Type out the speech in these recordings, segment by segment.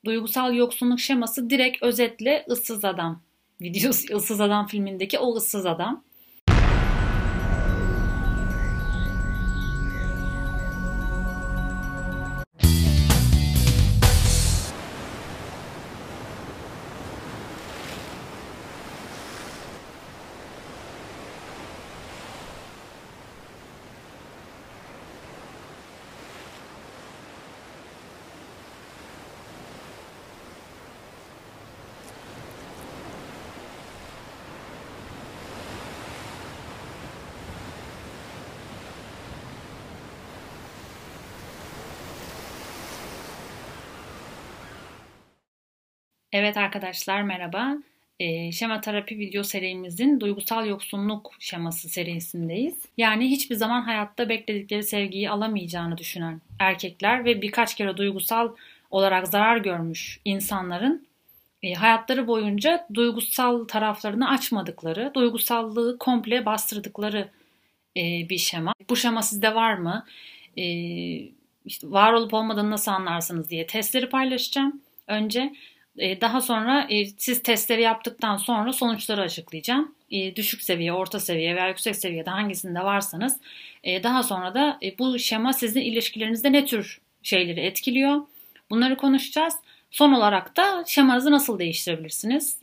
Duygusal yoksunluk şeması direkt özetle ıssız adam videosu, ıssız adam filmindeki o ıssız adam. Evet arkadaşlar merhaba. Şema terapi video serimizin duygusal yoksunluk şeması serisindeyiz. Yani hiçbir zaman hayatta bekledikleri sevgiyi alamayacağını düşünen erkekler ve birkaç kere duygusal olarak zarar görmüş insanların hayatları boyunca duygusal taraflarını açmadıkları, duygusallığı komple bastırdıkları bir şema. Bu şema sizde var mı? E, işte var olup olmadığını nasıl anlarsınız diye testleri paylaşacağım. Önce daha sonra siz testleri yaptıktan sonra sonuçları açıklayacağım. Düşük seviye, orta seviye veya yüksek seviyede hangisinde varsanız daha sonra da bu şema sizin ilişkilerinizde ne tür şeyleri etkiliyor? Bunları konuşacağız. Son olarak da şemanızı nasıl değiştirebilirsiniz?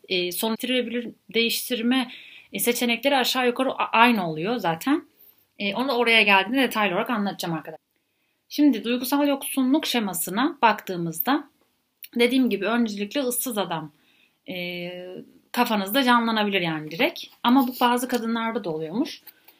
Değiştirme seçenekleri aşağı yukarı aynı oluyor zaten. Onu da oraya geldiğinde detaylı olarak anlatacağım arkadaşlar. Şimdi duygusal yoksunluk şemasına baktığımızda dediğim gibi öncelikle ıssız adam kafanızda canlanabilir yani direkt. Ama bu bazı kadınlarda da oluyormuş.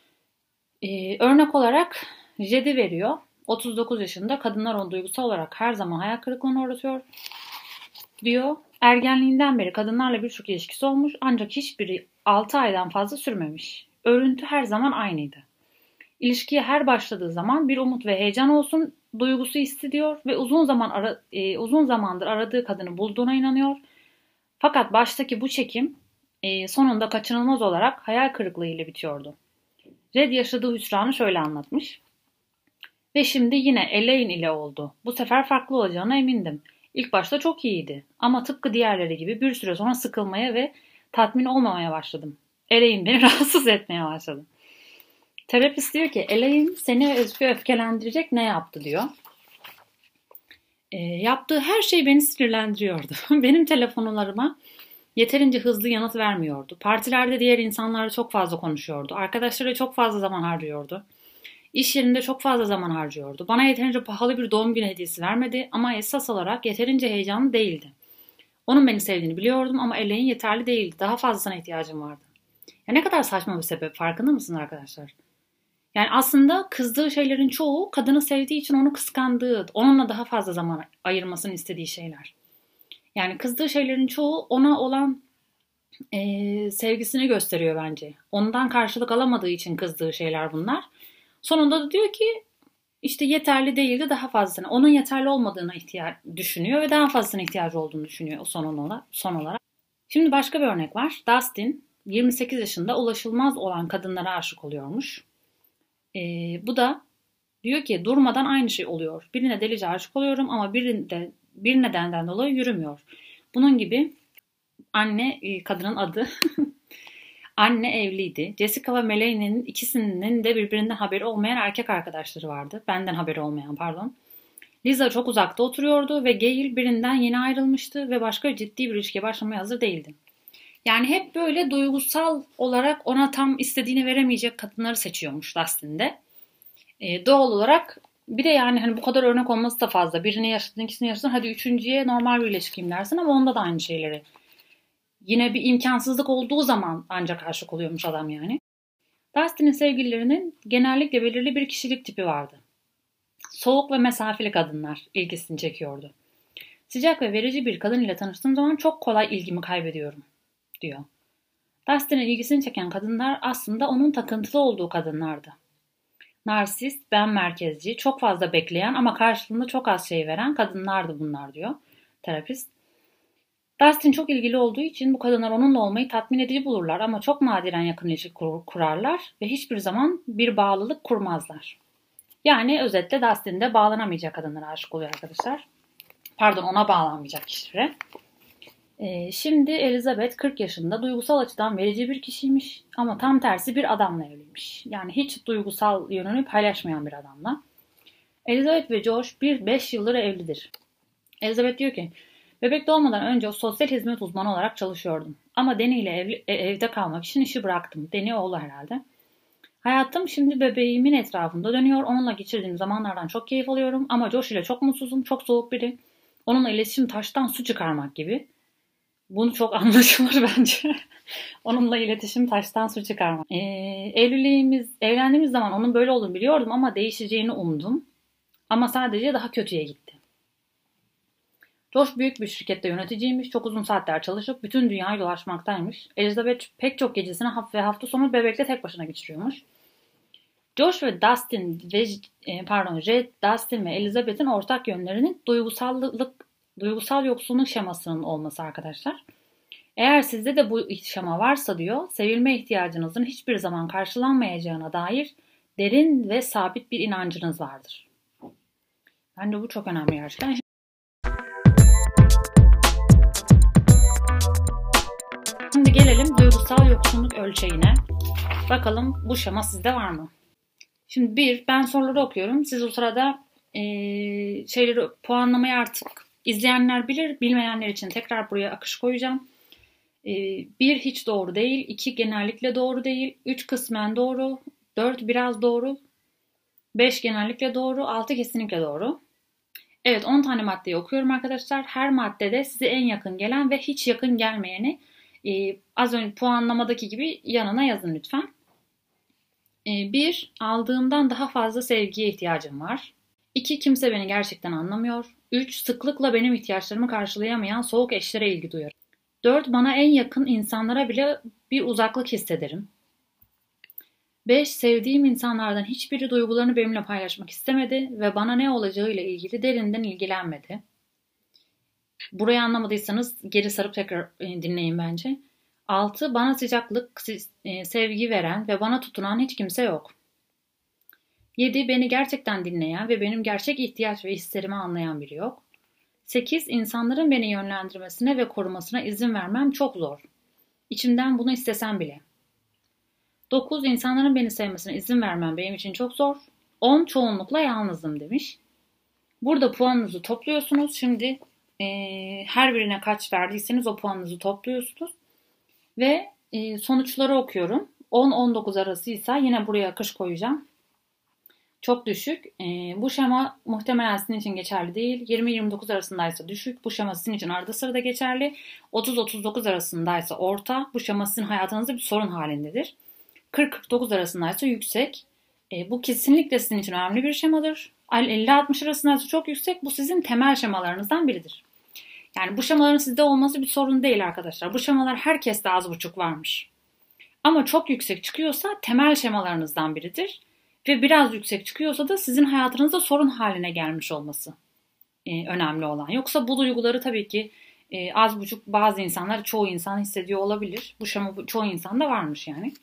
Örnek olarak Jed'i veriyor. 39 yaşında kadınlar onu duygusal olarak her zaman hayal kırıklığına uğratıyor diyor. Ergenliğinden beri kadınlarla birçok ilişkisi olmuş ancak hiçbiri 6 aydan fazla sürmemiş. Örüntü her zaman aynıydı. İlişkiye her başladığı zaman bir umut ve heyecan olsun duygusu hissediyor ve uzun zamandır aradığı kadını bulduğuna inanıyor. Fakat baştaki bu çekim sonunda kaçınılmaz olarak hayal kırıklığı ile bitiyordu. Red yaşadığı hüsranı şöyle anlatmış. Ve şimdi yine Elaine ile oldu. Bu sefer farklı olacağına emindim. İlk başta çok iyiydi ama tıpkı diğerleri gibi bir süre sonra sıkılmaya ve tatmin olmamaya başladım. Elaine beni rahatsız etmeye başladı. Terapist diyor ki Elaine seni öfkelendirecek ne yaptı diyor. Yaptığı her şey beni sinirlendiriyordu. Benim telefonlarıma yeterince hızlı yanıt vermiyordu. Partilerde diğer insanlarla çok fazla konuşuyordu. Arkadaşlarıyla çok fazla zaman harcıyordu. İş yerinde çok fazla zaman harcıyordu. Bana yeterince pahalı bir doğum günü hediyesi vermedi ama esas olarak yeterince heyecanlı değildi. Onun beni sevdiğini biliyordum ama Elaine yeterli değildi. Daha fazlasına ihtiyacım vardı. Ya ne kadar saçma bir sebep farkında mısınız arkadaşlar? Yani aslında kızdığı şeylerin çoğu kadını sevdiği için onu kıskandığı, onunla daha fazla zaman ayırmasını istediği şeyler. Yani kızdığı şeylerin çoğu ona olan sevgisini gösteriyor bence. Ondan karşılık alamadığı için kızdığı şeyler bunlar. Sonunda da diyor ki işte yeterli değildi daha fazlasını. Onun yeterli olmadığını düşünüyor ve daha fazlasına ihtiyacı olduğunu düşünüyor son olarak. Şimdi başka bir örnek var. Dustin 28 yaşında ulaşılmaz olan kadınlara aşık oluyormuş. Bu da diyor ki durmadan aynı şey oluyor. Birine delice aşık oluyorum ama bir nedenden dolayı yürümüyor. Bunun gibi anne kadının adı anne evliydi. Jessica ve Melanie'nin ikisinin de birbirinden haberi olmayan erkek arkadaşları vardı. Benden haberi olmayan pardon. Lisa çok uzakta oturuyordu ve Gail birinden yeni ayrılmıştı ve başka ciddi bir ilişkiye başlamaya hazır değildi. Yani hep böyle duygusal olarak ona tam istediğini veremeyecek kadınları seçiyormuş Dustin'de. Doğal olarak bir de yani hani bu kadar örnek olması da fazla. Birini yaşadın, ikisini yaşadın. Hadi üçüncüye normal bir ilişkiyim dersin ama onda da aynı şeyleri. Yine bir imkansızlık olduğu zaman ancak aşık oluyormuş adam yani. Dustin'in sevgililerinin genellikle belirli bir kişilik tipi vardı. Soğuk ve mesafeli kadınlar ilgisini çekiyordu. Sıcak ve verici bir kadın ile tanıştığım zaman çok kolay ilgimi kaybediyorum diyor. Dustin'in ilgisini çeken kadınlar aslında onun takıntılı olduğu kadınlardı. Narsist, ben merkezci, çok fazla bekleyen ama karşılığında çok az şey veren kadınlardı bunlar diyor terapist. Dustin çok ilgili olduğu için bu kadınlar onunla olmayı tatmin edici bulurlar ama çok nadiren yakın ilişki kurarlar ve hiçbir zaman bir bağlılık kurmazlar. Yani özetle Dustin de bağlanamayacak kadınlara aşık oluyor arkadaşlar. Pardon, ona bağlanmayacak kişilere. Şimdi Elizabeth 40 yaşında, duygusal açıdan verici bir kişiymiş ama tam tersi bir adamla evliymiş. Yani hiç duygusal yönünü paylaşmayan bir adamla. Elizabeth ve Josh 5 yıldır evlidir. Elizabeth diyor ki, bebek doğmadan önce sosyal hizmet uzmanı olarak çalışıyordum. Ama Danny ile evde kalmak için işi bıraktım. Danny oğlu herhalde. Hayatım şimdi bebeğimin etrafında dönüyor. Onunla geçirdiğim zamanlardan çok keyif alıyorum. Ama Josh ile çok mutsuzum. Çok soğuk biri. Onunla iletişim taştan su çıkarmak gibi. Bunu çok anlaşılır bence. Onunla iletişim taştan su çıkarmak. Evlendiğimiz zaman onun böyle olduğunu biliyordum ama değişeceğini umdum. Ama sadece daha kötüye gitti. Josh büyük bir şirkette yöneticiymiş. Çok uzun saatler çalışıp bütün dünyayı dolaşmaktaymış. Elizabeth pek çok gecesini hafta sonu bebekle tek başına geçiriyormuş. Josh ve Red, Dustin ve Elizabeth'in ortak yönlerinin duygusal yoksunluk şemasının olması arkadaşlar. Eğer sizde de bu şema varsa diyor, sevilme ihtiyacınızın hiçbir zaman karşılanmayacağına dair derin ve sabit bir inancınız vardır. Bence bu çok önemli gerçekten. Şimdi gelelim duygusal yoksunluk ölçeğine. Bakalım bu şema sizde var mı? Şimdi ben soruları okuyorum. Siz o sırada şeyleri puanlamayı artık izleyenler bilir. Bilmeyenler için tekrar buraya akış koyacağım. 1 hiç doğru değil. 2 genellikle doğru değil. 3 kısmen doğru. 4 biraz doğru. 5 genellikle doğru. 6 kesinlikle doğru. Evet, 10 tane maddeyi okuyorum arkadaşlar. Her maddede size en yakın gelen ve hiç yakın gelmeyeni az önce puanlamadaki gibi yanına yazın lütfen. 1. Aldığımdan daha fazla sevgiye ihtiyacım var. 2. Kimse beni gerçekten anlamıyor. 3. Sıklıkla benim ihtiyaçlarımı karşılayamayan soğuk eşlere ilgi duyarım. 4. Bana en yakın insanlara bile bir uzaklık hissederim. 5. Sevdiğim insanlardan hiçbiri duygularını benimle paylaşmak istemedi ve bana ne olacağıyla ilgili derinden ilgilenmedi. Burayı anlamadıysanız geri sarıp tekrar dinleyin bence. 6. Bana sıcaklık, sevgi veren ve bana tutunan hiç kimse yok. 7. Beni gerçekten dinleyen ve benim gerçek ihtiyaç ve hislerimi anlayan biri yok. 8. İnsanların beni yönlendirmesine ve korumasına izin vermem çok zor. İçimden bunu istesem bile. 9. İnsanların beni sevmesine izin vermem benim için çok zor. 10. Çoğunlukla yalnızım demiş. Burada puanınızı topluyorsunuz. Şimdi her birine kaç verdiyseniz o puanınızı topluyorsunuz. Ve sonuçları okuyorum. 10-19 arasıysa yine buraya akış koyacağım. Çok düşük. Bu şema muhtemelen sizin için geçerli değil. 20-29 arasındaysa düşük. Bu şema sizin için arada sırada geçerli. 30-39 arasındaysa orta. Bu şema sizin hayatınızda bir sorun halindedir. 40-49 arasındaysa yüksek. Bu kesinlikle sizin için önemli bir şemadır. 50-60 arasındaysa çok yüksek. Bu sizin temel şemalarınızdan biridir. Yani bu şemaların sizde olması bir sorun değil arkadaşlar. Bu şemalar herkeste az buçuk varmış. Ama çok yüksek çıkıyorsa temel şemalarınızdan biridir. Ve biraz yüksek çıkıyorsa da sizin hayatınızda sorun haline gelmiş olması önemli olan. Yoksa bu duyguları tabii ki az buçuk bazı insanlar, çoğu insan hissediyor olabilir. Bu şema çoğu insanda varmış yani.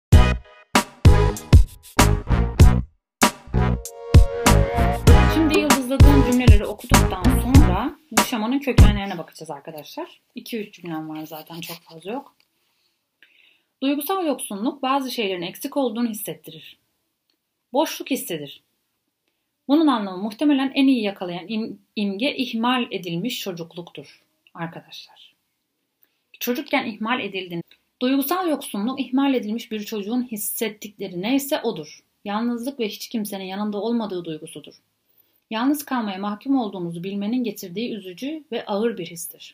Şimdi yıldızladığım cümleleri okuduktan sonra bu şemanın kökenlerine bakacağız arkadaşlar. 2-3 cümlem var zaten, çok fazla yok. Duygusal yoksunluk bazı şeylerin eksik olduğunu hissettirir. Boşluk hissedir. Bunun anlamı muhtemelen en iyi yakalayan imge ihmal edilmiş çocukluktur arkadaşlar. Çocukken ihmal edildiğinde, duygusal yoksunluk ihmal edilmiş bir çocuğun hissettikleri neyse odur. Yalnızlık ve hiç kimsenin yanında olmadığı duygusudur. Yalnız kalmaya mahkum olduğunuzu bilmenin getirdiği üzücü ve ağır bir histir.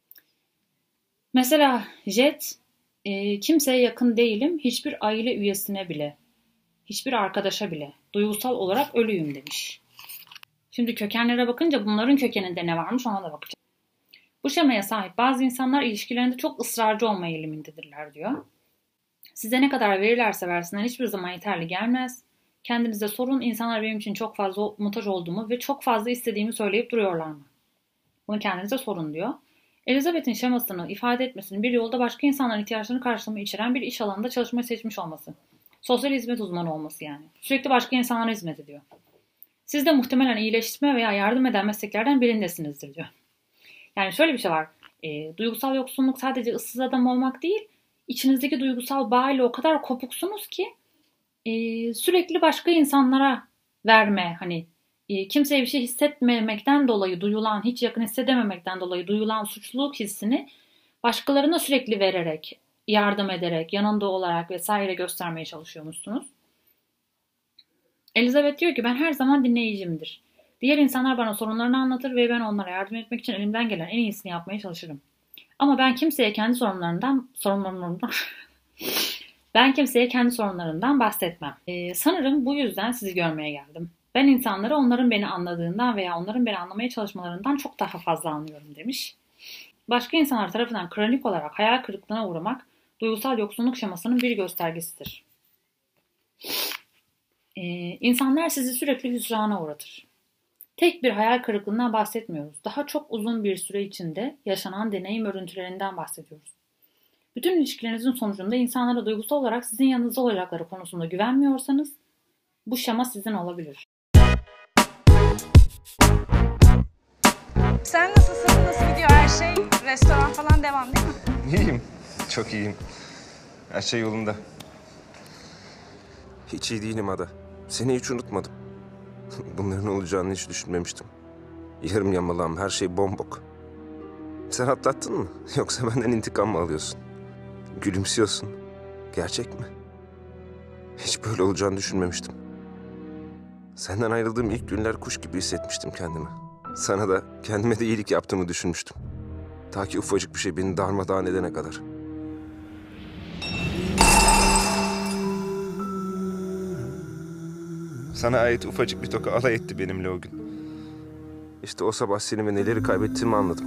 Mesela Jet, kimseye yakın değilim, hiçbir aile üyesine bile, hiçbir arkadaşa bile, duygusal olarak ölüyüm demiş. Şimdi kökenlere bakınca bunların kökeninde ne varmış ona da bakacağız. Bu şemaya sahip bazı insanlar ilişkilerinde çok ısrarcı olma eğilimindedirler diyor. Size ne kadar verirlerse versinler hiçbir zaman yeterli gelmez. Kendinize sorun, insanlar benim için çok fazla muhtaç olduğumu ve çok fazla istediğimi söyleyip duruyorlar mı? Bunu kendinize sorun diyor. Elizabeth'in şemasını ifade etmesinin bir yolda başka insanların ihtiyaçlarını karşılamayı içeren bir iş alanında çalışmayı seçmiş olması. Sosyal hizmet uzmanı olması yani. Sürekli başka insanlara hizmet ediyor. Siz de muhtemelen iyileştirme veya yardım eden mesleklerden birindesinizdir diyor. Yani şöyle bir şey var. Duygusal yoksunluk sadece ıssız adam olmak değil, içinizdeki duygusal bağ ile o kadar kopuksunuz ki sürekli başka insanlara verme, hani kimseye bir şey hissetmemekten dolayı duyulan, hiç yakın hissedememekten dolayı duyulan suçluluk hissini başkalarına sürekli vererek, yardım ederek, yanında olarak vesaire göstermeye çalışıyormuşsunuz. Elizabeth diyor ki ben her zaman dinleyicimdir. Diğer insanlar bana sorunlarını anlatır ve ben onlara yardım etmek için elimden gelen en iyisini yapmaya çalışırım. Ama ben kimseye kendi sorunlarından ben kimseye kendi sorunlarından bahsetmem. Sanırım bu yüzden sizi görmeye geldim. Ben insanları onların beni anladığından veya onların beni anlamaya çalışmalarından çok daha fazla anlıyorum demiş. Başka insanlar tarafından kronik olarak hayal kırıklığına uğramak duygusal yoksunluk şemasının bir göstergesidir. İnsanlar sizi sürekli hüsrana uğratır. Tek bir hayal kırıklığından bahsetmiyoruz. Daha çok uzun bir süre içinde yaşanan deneyim örüntülerinden bahsediyoruz. Bütün ilişkilerinizin sonucunda insanlara duygusal olarak sizin yanınızda olacakları konusunda güvenmiyorsanız bu şema sizin olabilir. Sen nasılsın? Nasıl gidiyor her şey? Restoran falan devam değil mi? İyiyim. Çok iyiyim. Her şey yolunda. Hiç iyi değilim Ada. Seni hiç unutmadım. Bunların olacağını hiç düşünmemiştim. Yarım yamalağım, her şey bombok. Sen atlattın mı? Yoksa benden intikam mı alıyorsun? Gülümsüyorsun. Gerçek mi? Hiç böyle olacağını düşünmemiştim. Senden ayrıldığım ilk günler kuş gibi hissetmiştim kendimi. Sana da, kendime de iyilik yaptığımı düşünmüştüm. Ta ki ufacık bir şey beni darmadağın edene kadar. Sana ait ufacık bir toka alay etti benimle o gün. İşte o sabah seni ve neleri kaybettiğimi anladım.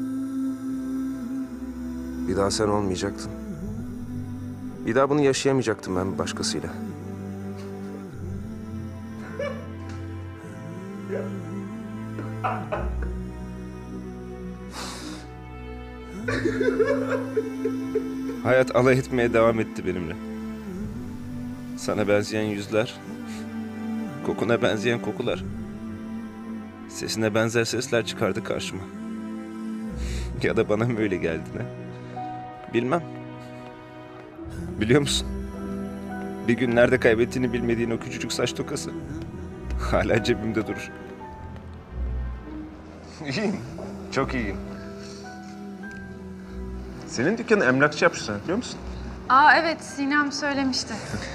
Bir daha sen olmayacaktın. Bir daha bunu yaşayamayacaktım ben başkasıyla. Hayat alay etmeye devam etti benimle. Sana benzeyen yüzler, kokuna benzeyen kokular, sesine benzer sesler çıkardı karşıma. Ya da bana mı öyle geldi ne? Bilmem. Biliyor musun? Bir gün nerede kaybettiğini bilmediğin o küçücük saç tokası hala cebimde durur. İyiyim. Çok iyiyim. Senin dükkanı emlakçı yapmışsın biliyor musun? Aa evet, Sinem söylemişti.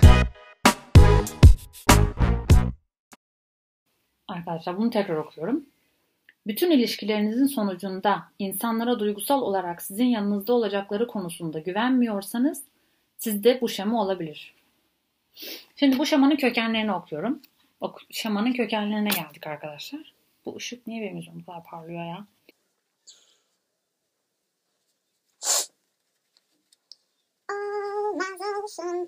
Arkadaşlar bunu tekrar okuyorum. Bütün ilişkilerinizin sonucunda insanlara duygusal olarak sizin yanınızda olacakları konusunda güvenmiyorsanız sizde bu şema olabilir. Şimdi bu şemanın kökenlerini okuyorum. Şemanın kökenlerine geldik arkadaşlar. Bu ışık niye benim yüzüm bu kadar parlıyor ya? Olmaz olsun.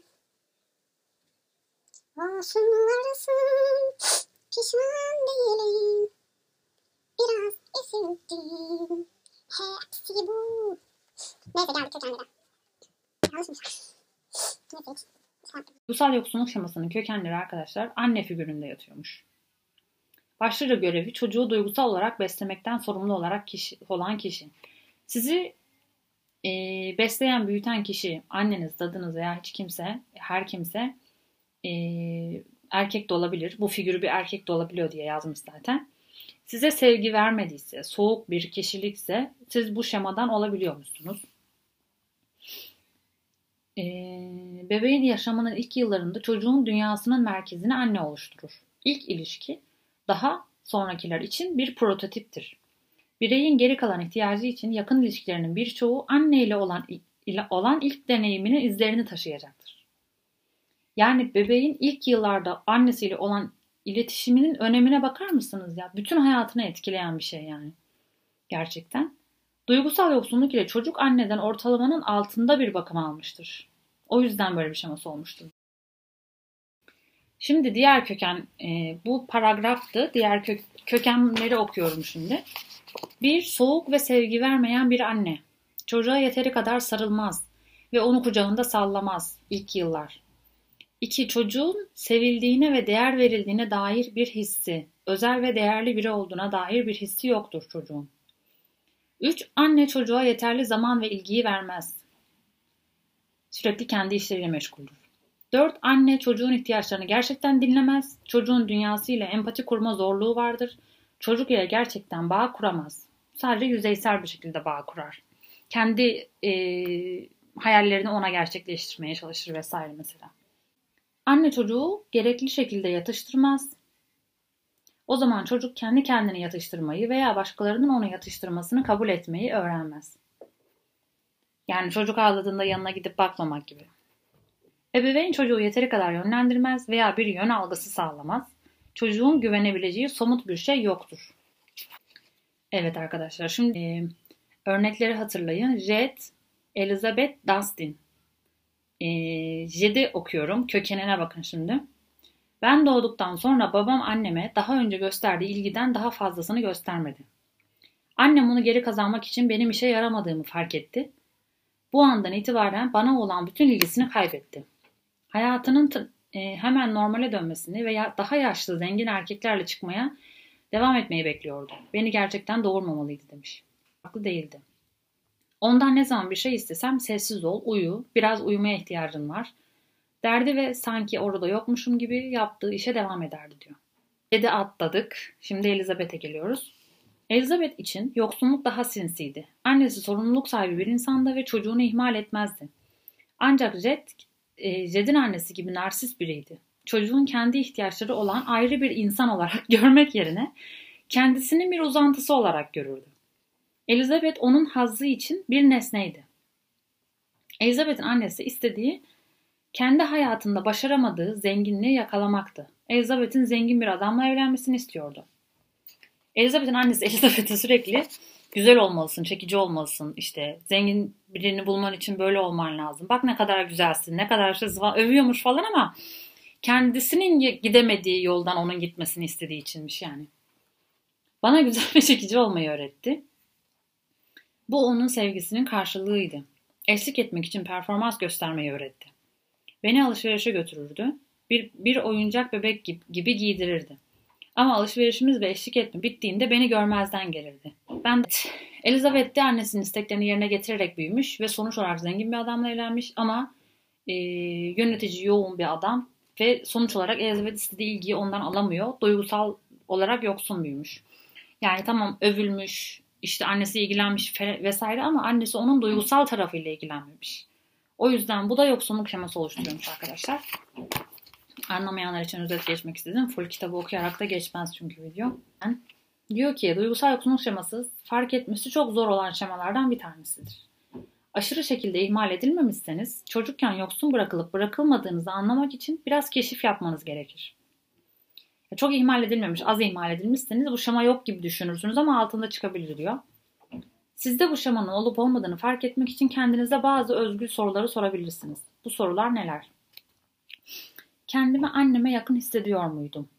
Olsun varsın. Pişman değilim. Biraz üzüldüm. Hepsi bu. Neyse geldik kökenlere. Yanlış mı? Neyse hiç. Duygusal yoksunluk şemasının kökenleri arkadaşlar anne figüründe yatıyormuş. Başlıca görevi çocuğu duygusal olarak beslemekten sorumlu olan kişi. Sizi besleyen, büyüten kişi, anneniz, dadınız veya hiç kimse, her kimse erkek de olabilir. Bu figürü bir erkek de olabiliyor diye yazmış zaten. Size sevgi vermediyse, soğuk bir kişilikse siz bu şemadan olabiliyor musunuz? Bebeğin yaşamının ilk yıllarında çocuğun dünyasının merkezini anne oluşturur. İlk ilişki daha sonrakiler için bir prototiptir. Bireyin geri kalan ihtiyacı için yakın ilişkilerinin birçoğu anne ile olan ilk deneyiminin izlerini taşıyacaktır. Yani bebeğin ilk yıllarda annesiyle olan iletişiminin önemine bakar mısınız ya? Bütün hayatını etkileyen bir şey yani. Gerçekten. Duygusal yoksunluk ile çocuk anneden ortalamanın altında bir bakım almıştır. O yüzden böyle bir şeması olmuştur. Şimdi diğer köken, bu paragraftı. Diğer kökenleri okuyorum şimdi. 1. Soğuk ve sevgi vermeyen bir anne. Çocuğa yeteri kadar sarılmaz ve onu kucağında sallamaz ilk yıllar. 2. Çocuğun sevildiğine ve değer verildiğine dair bir hissi özel ve değerli biri olduğuna dair bir hissi yoktur çocuğun. 3. Anne çocuğa yeterli zaman ve ilgiyi vermez. Sürekli kendi işleriyle meşguldür. 4. Anne çocuğun ihtiyaçlarını gerçekten dinlemez. Çocuğun dünyasıyla empati kurma zorluğu vardır. Çocuk ile gerçekten bağ kuramaz. Sadece yüzeysel bir şekilde bağ kurar. Kendi hayallerini ona gerçekleştirmeye çalışır vesaire mesela. Anne çocuğu gerekli şekilde yatıştırmaz. O zaman çocuk kendi kendini yatıştırmayı veya başkalarının onu yatıştırmasını kabul etmeyi öğrenmez. Yani çocuk ağladığında yanına gidip bakmamak gibi. Ebeveyn çocuğu yeteri kadar yönlendirmez veya bir yön algısı sağlamaz. Çocuğun güvenebileceği somut bir şey yoktur. Evet arkadaşlar, şimdi örnekleri hatırlayın. Jed, Elizabeth, Dustin. Jed'i okuyorum. Kökenine bakın şimdi. Ben doğduktan sonra babam anneme daha önce gösterdiği ilgiden daha fazlasını göstermedi. Annem onu geri kazanmak için benim işe yaramadığımı fark etti. Bu andan itibaren bana olan bütün ilgisini kaybetti. Hayatının hemen normale dönmesini veya daha yaşlı zengin erkeklerle çıkmaya devam etmeyi bekliyordu. Beni gerçekten doğurmamalıydı demiş. Haklı değildi. Ondan ne zaman bir şey istesem sessiz ol, uyu, biraz uyumaya ihtiyacın var. Derdi ve sanki orada yokmuşum gibi yaptığı işe devam ederdi diyor. Jed'i atladık. Şimdi Elizabeth'e geliyoruz. Elizabeth için yoksunluk daha sinsiydi. Annesi sorumluluk sahibi bir insandı ve çocuğunu ihmal etmezdi. Ancak Jed'in annesi gibi narsist biriydi. Çocuğun kendi ihtiyaçları olan ayrı bir insan olarak görmek yerine kendisinin bir uzantısı olarak görürdü. Elizabeth onun hazzı için bir nesneydi. Elizabeth'in annesi istediği kendi hayatında başaramadığı zenginliği yakalamaktı. Elizabeth'in zengin bir adamla evlenmesini istiyordu. Elizabeth'in annesi Elizabeth'e sürekli güzel olmalısın, çekici olmalısın, işte zengin birini bulman için böyle olman lazım. Bak ne kadar güzelsin, ne kadar şey övüyormuş falan ama kendisinin gidemediği yoldan onun gitmesini istediği içinmiş yani. Bana güzel ve çekici olmayı öğretti. Bu onun sevgisinin karşılığıydı. Eşlik etmek için performans göstermeyi öğretti. Beni alışverişe götürürdü. Bir oyuncak bebek gibi giydirirdi. Ama alışverişimiz ve eşlik etme bittiğinde beni görmezden gelirdi. Elizabeth de annesinin isteklerini yerine getirerek büyümüş ve sonuç olarak zengin bir adamla evlenmiş ama yönetici yoğun bir adam ve sonuç olarak Elizabeth istediği ilgiyi ondan alamıyor. Duygusal olarak yoksun büyümüş. Yani tamam övülmüş, işte annesi ilgilenmiş vesaire ama annesi onun duygusal tarafıyla ilgilenmemiş. O yüzden bu da yoksunluk şeması oluşturuyormuş arkadaşlar. Anlamayanlar için özet geçmek istedim. Full kitabı okuyarak da geçmez çünkü video. Yani diyor ki duygusal yoksunluk şeması fark etmesi çok zor olan şemalardan bir tanesidir. Aşırı şekilde ihmal edilmemişseniz çocukken yoksun bırakılıp bırakılmadığınızı anlamak için biraz keşif yapmanız gerekir. Çok ihmal edilmemiş, az ihmal edilmişseniz bu şema yok gibi düşünürsünüz ama altında çıkabilir diyor. Siz de bu şemanın olup olmadığını fark etmek için kendinize bazı özgül soruları sorabilirsiniz. Bu sorular neler? Kendimi anneme yakın hissediyor muydum?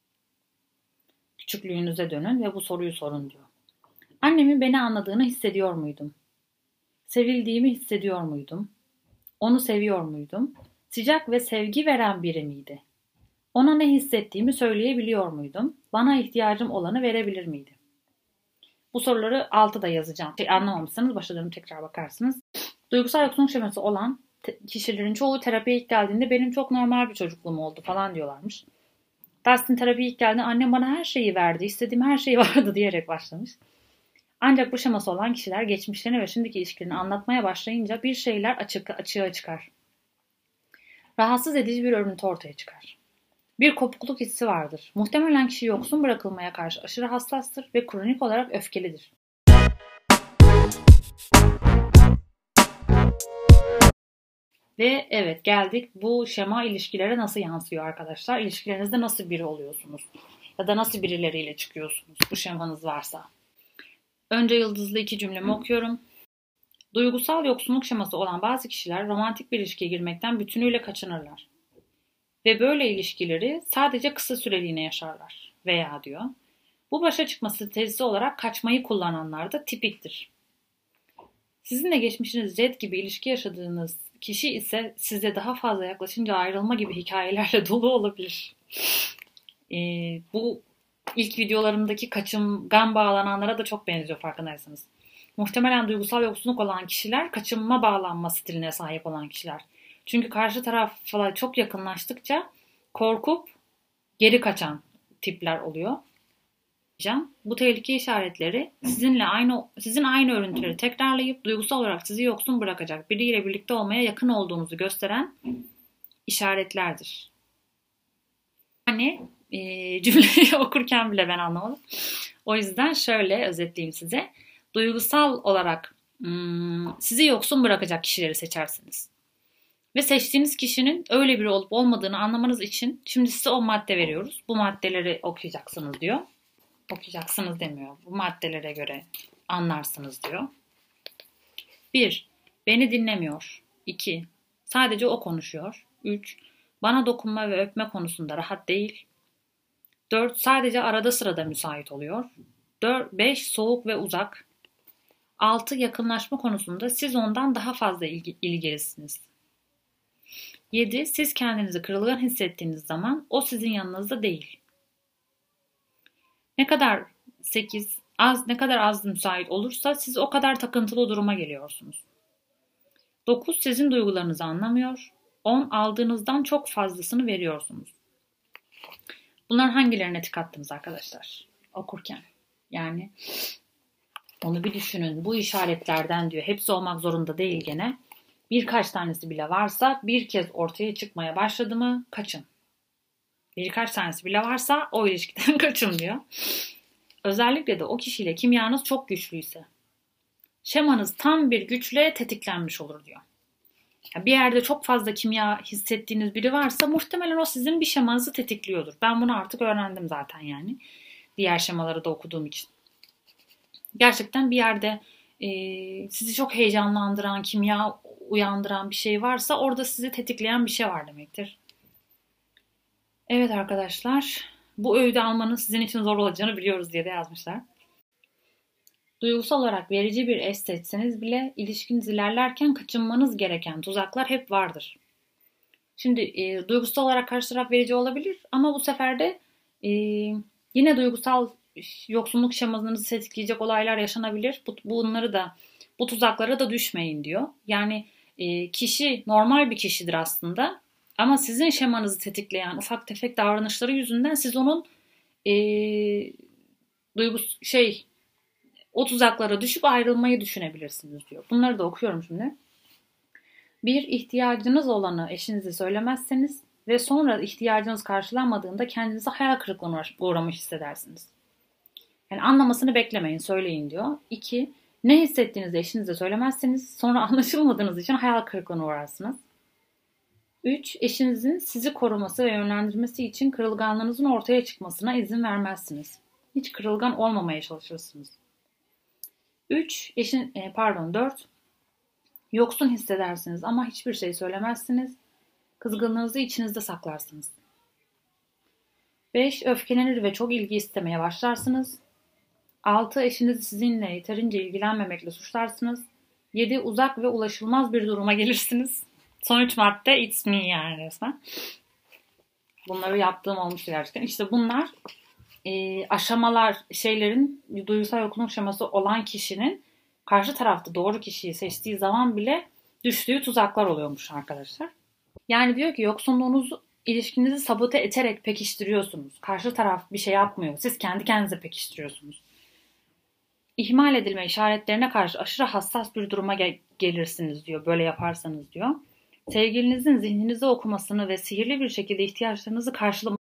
Küçüklüğünüze dönün ve bu soruyu sorun diyor. Annemin beni anladığını hissediyor muydum? Sevildiğimi hissediyor muydum? Onu seviyor muydum? Sıcak ve sevgi veren biri miydi? Ona ne hissettiğimi söyleyebiliyor muydum? Bana ihtiyacım olanı verebilir miydi? Bu soruları altta yazacağım. Anlamamışsanız başa dönüp tekrar bakarsınız. Duygusal yoksunluk şeması olan kişilerin çoğu terapiye ilk geldiğinde benim çok normal bir çocukluğum oldu falan diyorlarmış. Dustin terapiye ilk geldiğinde annem bana her şeyi verdi, istediğim her şey vardı diyerek başlamış. Ancak bu şeması olan kişiler geçmişlerini ve şimdiki ilişkilerini anlatmaya başlayınca bir şeyler açığa çıkar. Rahatsız edici bir örüntü ortaya çıkar. Bir kopukluk hissi vardır. Muhtemelen kişi yoksun bırakılmaya karşı aşırı hassastır ve kronik olarak öfkelidir. Ve evet geldik bu şema ilişkilere nasıl yansıyor arkadaşlar? İlişkilerinizde nasıl biri oluyorsunuz? Ya da nasıl birileriyle çıkıyorsunuz bu şemanız varsa? Önce yıldızlı 2 cümlemi okuyorum. Duygusal yoksunluk şeması olan bazı kişiler romantik bir ilişkiye girmekten bütünüyle kaçınırlar. Ve böyle ilişkileri sadece kısa süreliğine yaşarlar. Veya diyor. Bu başa çıkma stratejisi olarak kaçmayı kullananlar da tipiktir. Sizinle geçmişiniz Jed gibi ilişki yaşadığınız kişi ise size daha fazla yaklaşınca ayrılma gibi hikayelerle dolu olabilir. Bu İlk videolarımdaki kaçıngan bağlananlara da çok benziyor farkındaysanız. Muhtemelen duygusal yoksunluk olan kişiler kaçınma bağlanma stiline sahip olan kişiler. Çünkü karşı tarafla çok yakınlaştıkça korkup geri kaçan tipler oluyor. Bu tehlike işaretleri sizin aynı örüntüleri tekrarlayıp duygusal olarak sizi yoksun bırakacak biriyle birlikte olmaya yakın olduğunuzu gösteren işaretlerdir. Yani cümleyi okurken bile ben anlamadım. O yüzden şöyle özetleyeyim size. Duygusal olarak sizi yoksun bırakacak kişileri seçersiniz. Ve seçtiğiniz kişinin öyle biri olup olmadığını anlamanız için şimdi size o madde veriyoruz. Bu maddeleri okuyacaksınız diyor. Okuyacaksınız demiyor. Bu maddelere göre anlarsınız diyor. 1. Beni dinlemiyor. 2. Sadece o konuşuyor. 3. Bana dokunma ve öpme konusunda rahat değil. 4. Sadece arada sırada müsait oluyor. 5. Soğuk ve uzak. 6. Yakınlaşma konusunda siz ondan daha fazla ilgilisiniz. 7. Siz kendinizi kırılgan hissettiğiniz zaman o sizin yanınızda değil. Ne kadar az müsait olursa siz o kadar takıntılı duruma geliyorsunuz. 9. Sizin duygularınızı anlamıyor. 10. Aldığınızdan çok fazlasını veriyorsunuz. Bunlar hangilerine tik attınız arkadaşlar okurken? Yani onu bir düşünün. Bu işaretlerden diyor. Hepsi olmak zorunda değil gene. Birkaç tanesi bile varsa bir kez ortaya çıkmaya başladı mı kaçın. Birkaç tanesi bile varsa o ilişkiden kaçın diyor. Özellikle de o kişiyle kimyanız çok güçlüyse. Şemanız tam bir güçle tetiklenmiş olur diyor. Bir yerde çok fazla kimya hissettiğiniz biri varsa muhtemelen o sizin bir şemanızı tetikliyordur. Ben bunu artık öğrendim zaten yani. Diğer şemaları da okuduğum için. Gerçekten bir yerde sizi çok heyecanlandıran, kimya uyandıran bir şey varsa orada sizi tetikleyen bir şey var demektir. Evet arkadaşlar, bu öğüdü almanın sizin için zor olacağını biliyoruz diye de yazmışlar. Duygusal olarak verici bir eş seçseniz bile ilişkiniz ilerlerken kaçınmanız gereken tuzaklar hep vardır. Şimdi duygusal olarak karşı taraf verici olabilir ama bu sefer de yine duygusal yoksunluk şemanızı tetikleyecek olaylar yaşanabilir. Bu tuzaklara da düşmeyin diyor. Yani kişi normal bir kişidir aslında ama sizin şemanızı tetikleyen ufak tefek davranışları yüzünden siz onun o tuzaklara düşüp ayrılmayı düşünebilirsiniz diyor. Bunları da okuyorum şimdi. 1. İhtiyacınız olanı eşinize söylemezseniz ve sonra ihtiyacınız karşılanmadığında kendinizi hayal kırıklığına uğramış hissedersiniz. Yani anlamasını beklemeyin, söyleyin diyor. 2. Ne hissettiğinizi eşinize söylemezseniz sonra anlaşılmadığınız için hayal kırıklığına uğrarsınız. 3. Eşinizin sizi koruması ve yönlendirmesi için kırılganlığınızın ortaya çıkmasına izin vermezsiniz. Hiç kırılgan olmamaya çalışırsınız. 4. Yoksun hissedersiniz ama hiçbir şey söylemezsiniz. Kızgınlığınızı içinizde saklarsınız. 5. Öfkelenir ve çok ilgi istemeye başlarsınız. 6. Eşinizi sizinle yeterince ilgilenmemekle suçlarsınız. 7. Uzak ve ulaşılmaz bir duruma gelirsiniz. Son 3 madde it's me yani resmen. Bunları yaptığım olmuş gerçekten. İşte bunlar aşamalar şeylerin duygusal yoksunluk şeması olan kişinin karşı tarafta doğru kişiyi seçtiği zaman bile düştüğü tuzaklar oluyormuş arkadaşlar. Yani diyor ki yoksunluğunuzu ilişkinizi sabote ederek pekiştiriyorsunuz. Karşı taraf bir şey yapmıyor. Siz kendi kendinize pekiştiriyorsunuz. İhmal edilme işaretlerine karşı aşırı hassas bir duruma gelirsiniz diyor. Böyle yaparsanız diyor. Sevgilinizin zihninizi okumasını ve sihirli bir şekilde ihtiyaçlarınızı karşılamasını.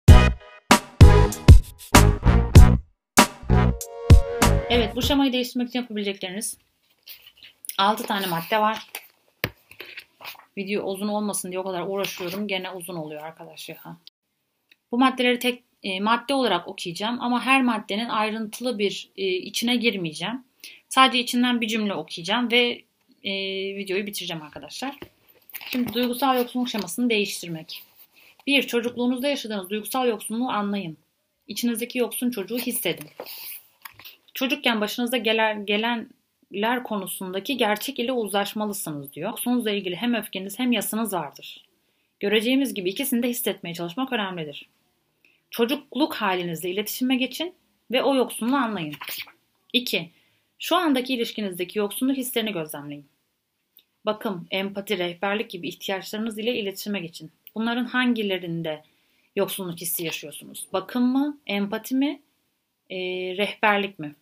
Evet, bu şemayı değiştirmek için yapabilecekleriniz 6 tane madde var. Video uzun olmasın diye o kadar uğraşıyorum. Gene uzun oluyor arkadaşlar. Bu maddeleri tek madde olarak okuyacağım ama her maddenin ayrıntılı bir içine girmeyeceğim. Sadece içinden bir cümle okuyacağım ve videoyu bitireceğim arkadaşlar. Şimdi duygusal yoksunluk şemasını değiştirmek. 1. Çocukluğunuzda yaşadığınız duygusal yoksunluğu anlayın. İçinizdeki yoksun çocuğu hissedin. Çocukken başınıza gelenler konusundaki gerçek ile uzlaşmalısınız diyor. Yoksunuzla ilgili hem öfkeniz hem yasınız vardır. Göreceğimiz gibi ikisini de hissetmeye çalışmak önemlidir. Çocukluk halinizle iletişime geçin ve o yoksunluğu anlayın. 2. Şu andaki ilişkinizdeki yoksunluk hislerini gözlemleyin. Bakım, empati, rehberlik gibi ihtiyaçlarınız ile iletişime geçin. Bunların hangilerinde yoksunluk hissi yaşıyorsunuz? Bakım mı, empati mi, rehberlik mi?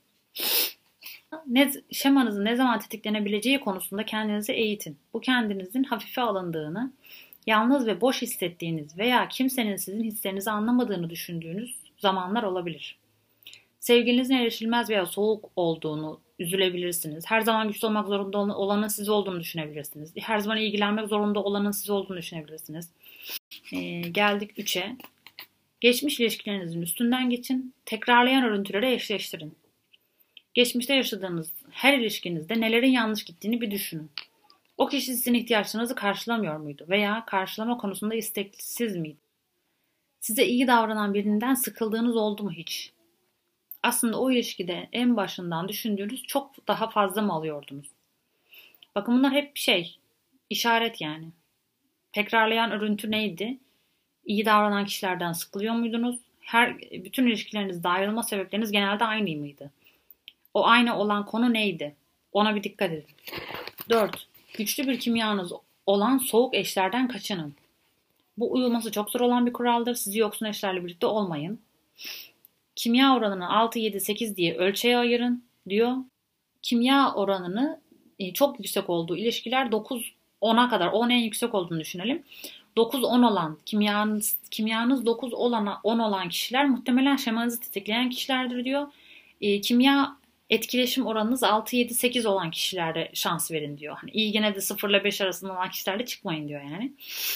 Şemanızın ne zaman tetiklenebileceği konusunda kendinizi eğitin. Bu kendinizin hafife alındığını, yalnız ve boş hissettiğiniz veya kimsenin sizin hislerinizi anlamadığını düşündüğünüz zamanlar olabilir. Sevgilinizin erişilmez veya soğuk olduğunu üzülebilirsiniz. Her zaman güçlü olmak zorunda olanın siz olduğunu düşünebilirsiniz. Her zaman ilgilenmek zorunda olanın siz olduğunu düşünebilirsiniz. Geldik 3'e. Geçmiş ilişkilerinizin üstünden geçin. Tekrarlayan örüntüleri eşleştirin. Geçmişte yaşadığınız her ilişkinizde nelerin yanlış gittiğini bir düşünün. O kişi sizin ihtiyaçlarınızı karşılamıyor muydu? Veya karşılama konusunda isteksiz miydi? Size iyi davranan birinden sıkıldığınız oldu mu hiç? Aslında o ilişkide en başından düşündüğünüz çok daha fazla mı alıyordunuz? Bakın bunlar hep işaret yani. Tekrarlayan örüntü neydi? İyi davranan kişilerden sıkılıyor muydunuz? Bütün ilişkilerinizde ayrılma sebepleriniz genelde aynı mıydı? O aynı olan konu neydi? Ona bir dikkat edin. 4. Güçlü bir kimyanız olan soğuk eşlerden kaçının. Bu uyulması çok zor olan bir kuraldır. Sizi yoksun eşlerle birlikte olmayın. Kimya oranını 6, 7, 8 diye ölçeğe ayırın diyor. Kimya oranını çok yüksek olduğu ilişkiler 9, 10'a kadar, 10 en yüksek olduğunu düşünelim. 9, 10 olan, kimyanız 9, 10 olan kişiler muhtemelen şemanızı tetikleyen kişilerdir diyor. Kimya etkileşim oranınız 6, 7, 8 olan kişilerde şans verin diyor. Hani iyi gene de 0 ile 5 arasında olan kişilerle çıkmayın diyor yani.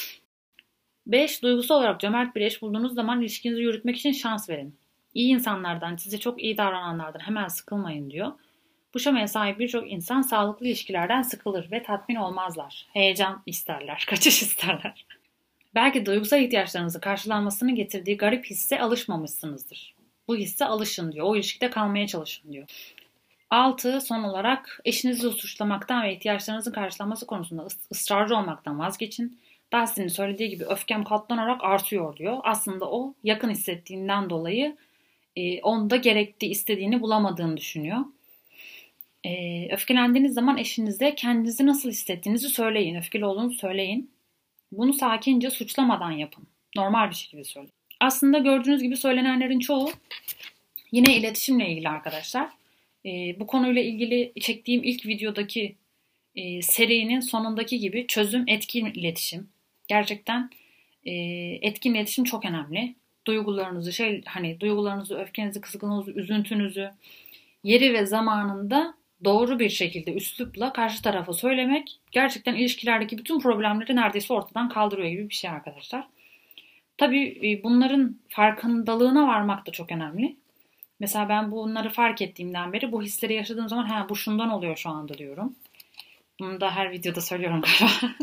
5. Duygusal olarak cömert bir eş bulduğunuz zaman ilişkinizi yürütmek için şans verin. İyi insanlardan, size çok iyi davrananlardan hemen sıkılmayın diyor. Bu şemaya sahip birçok insan sağlıklı ilişkilerden sıkılır ve tatmin olmazlar. Heyecan isterler, kaçış isterler. Belki duygusal ihtiyaçlarınızın karşılanmasını getirdiği garip hisse alışmamışsınızdır. Bu hisse alışın diyor. O ilişkide kalmaya çalışın diyor. 6. Son olarak eşinizi suçlamaktan ve ihtiyaçlarınızın karşılanması konusunda ısrarcı olmaktan vazgeçin. Dustin'in söylediği gibi öfkem katlanarak artıyor diyor. Aslında o yakın hissettiğinden dolayı onda gerektiği, istediğini bulamadığını düşünüyor. Öfkelendiğiniz zaman eşinize kendinizi nasıl hissettiğinizi söyleyin. Öfkeli olduğunuzu söyleyin. Bunu sakince suçlamadan yapın. Normal bir şekilde söyleyin. Aslında gördüğünüz gibi söylenenlerin çoğu yine iletişimle ilgili arkadaşlar. Bu konuyla ilgili çektiğim ilk videodaki serinin sonundaki gibi çözüm etkin iletişim. Gerçekten etkin iletişim çok önemli. Duygularınızı, öfkenizi, kızgınlığınızı, üzüntünüzü yeri ve zamanında doğru bir şekilde üslupla karşı tarafa söylemek gerçekten ilişkilerdeki bütün problemleri neredeyse ortadan kaldırıyor gibi bir şey arkadaşlar. Tabii bunların farkındalığına varmak da çok önemli. Mesela ben bunları fark ettiğimden beri bu hisleri yaşadığım zaman bu şundan oluyor şu anda diyorum. Bunu da her videoda söylüyorum galiba.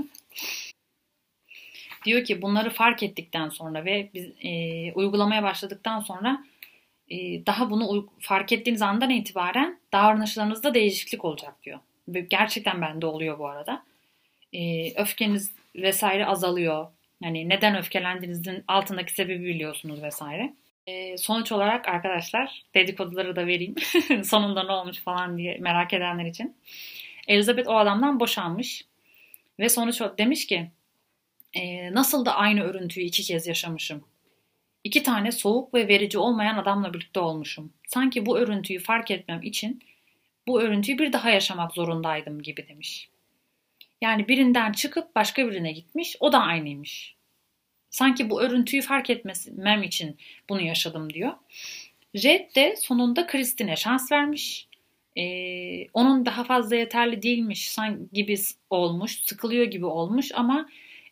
Diyor ki bunları fark ettikten sonra ve biz uygulamaya başladıktan sonra daha bunu fark ettiğiniz andan itibaren davranışlarınızda değişiklik olacak diyor. Ve gerçekten bende oluyor bu arada. Öfkeniz vesaire azalıyor. Yani neden öfkelendiğinizin altındaki sebebi biliyorsunuz vesaire. Sonuç olarak arkadaşlar dedikoduları da vereyim. Sonunda ne olmuş falan diye merak edenler için. Elizabeth o adamdan boşanmış. Ve sonuç demiş ki nasıl da aynı örüntüyü 2 kez yaşamışım. 2 tane soğuk ve verici olmayan adamla birlikte olmuşum. Sanki bu örüntüyü fark etmem için bu örüntüyü bir daha yaşamak zorundaydım gibi demiş. Yani birinden çıkıp başka birine gitmiş, o da aynıymış. Sanki bu örüntüyü fark etmem için bunu yaşadım diyor. Red de sonunda Kristin'e şans vermiş. Onun daha fazla yeterli değilmiş gibi olmuş, sıkılıyor gibi olmuş ama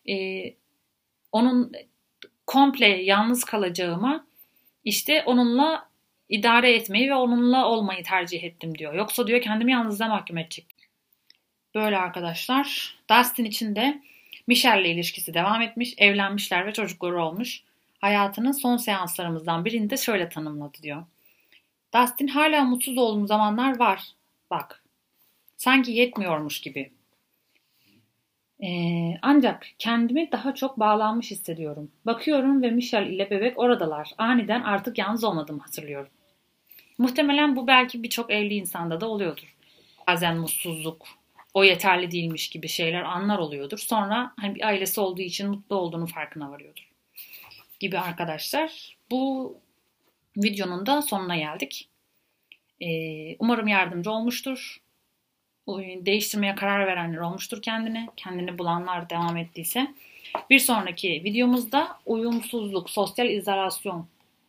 onun komple yalnız kalacağıma işte onunla idare etmeyi ve onunla olmayı tercih ettim diyor. Yoksa diyor kendimi yalnızlığa mahkum edecek. Böyle arkadaşlar. Dustin için de Michelle'le ilişkisi devam etmiş, evlenmişler ve çocukları olmuş. Hayatının son seanslarımızdan birini de şöyle tanımladı diyor. Dustin hala mutsuz olduğum zamanlar var. Bak. Sanki yetmiyormuş gibi. Ancak kendimi daha çok bağlanmış hissediyorum. Bakıyorum ve Michelle ile bebek oradalar. Aniden artık yalnız olmadığımı hatırlıyorum. Muhtemelen bu belki birçok evli insanda da oluyordur. Bazen mutsuzluk, o yeterli değilmiş gibi şeyler, anlar oluyordur. Sonra hani bir ailesi olduğu için mutlu olduğunu farkına varıyordur. Gibi arkadaşlar. Bu videonun da sonuna geldik. Umarım yardımcı olmuştur. Değiştirmeye karar verenler olmuştur kendini. Kendini bulanlar devam ettiyse. Bir sonraki videomuzda uyumsuzluk, sosyal izolasyon,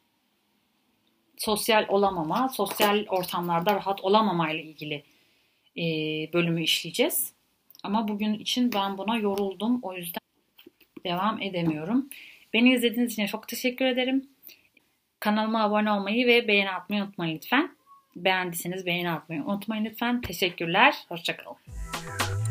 sosyal olamama, sosyal ortamlarda rahat olamama ile ilgili bölümü işleyeceğiz. Ama bugün için ben buna yoruldum. O yüzden devam edemiyorum. Beni izlediğiniz için çok teşekkür ederim. Kanalıma abone olmayı ve beğeni atmayı unutmayın lütfen. Beğendiyseniz beğeni atmayı unutmayın lütfen. Teşekkürler. Hoşça kalın.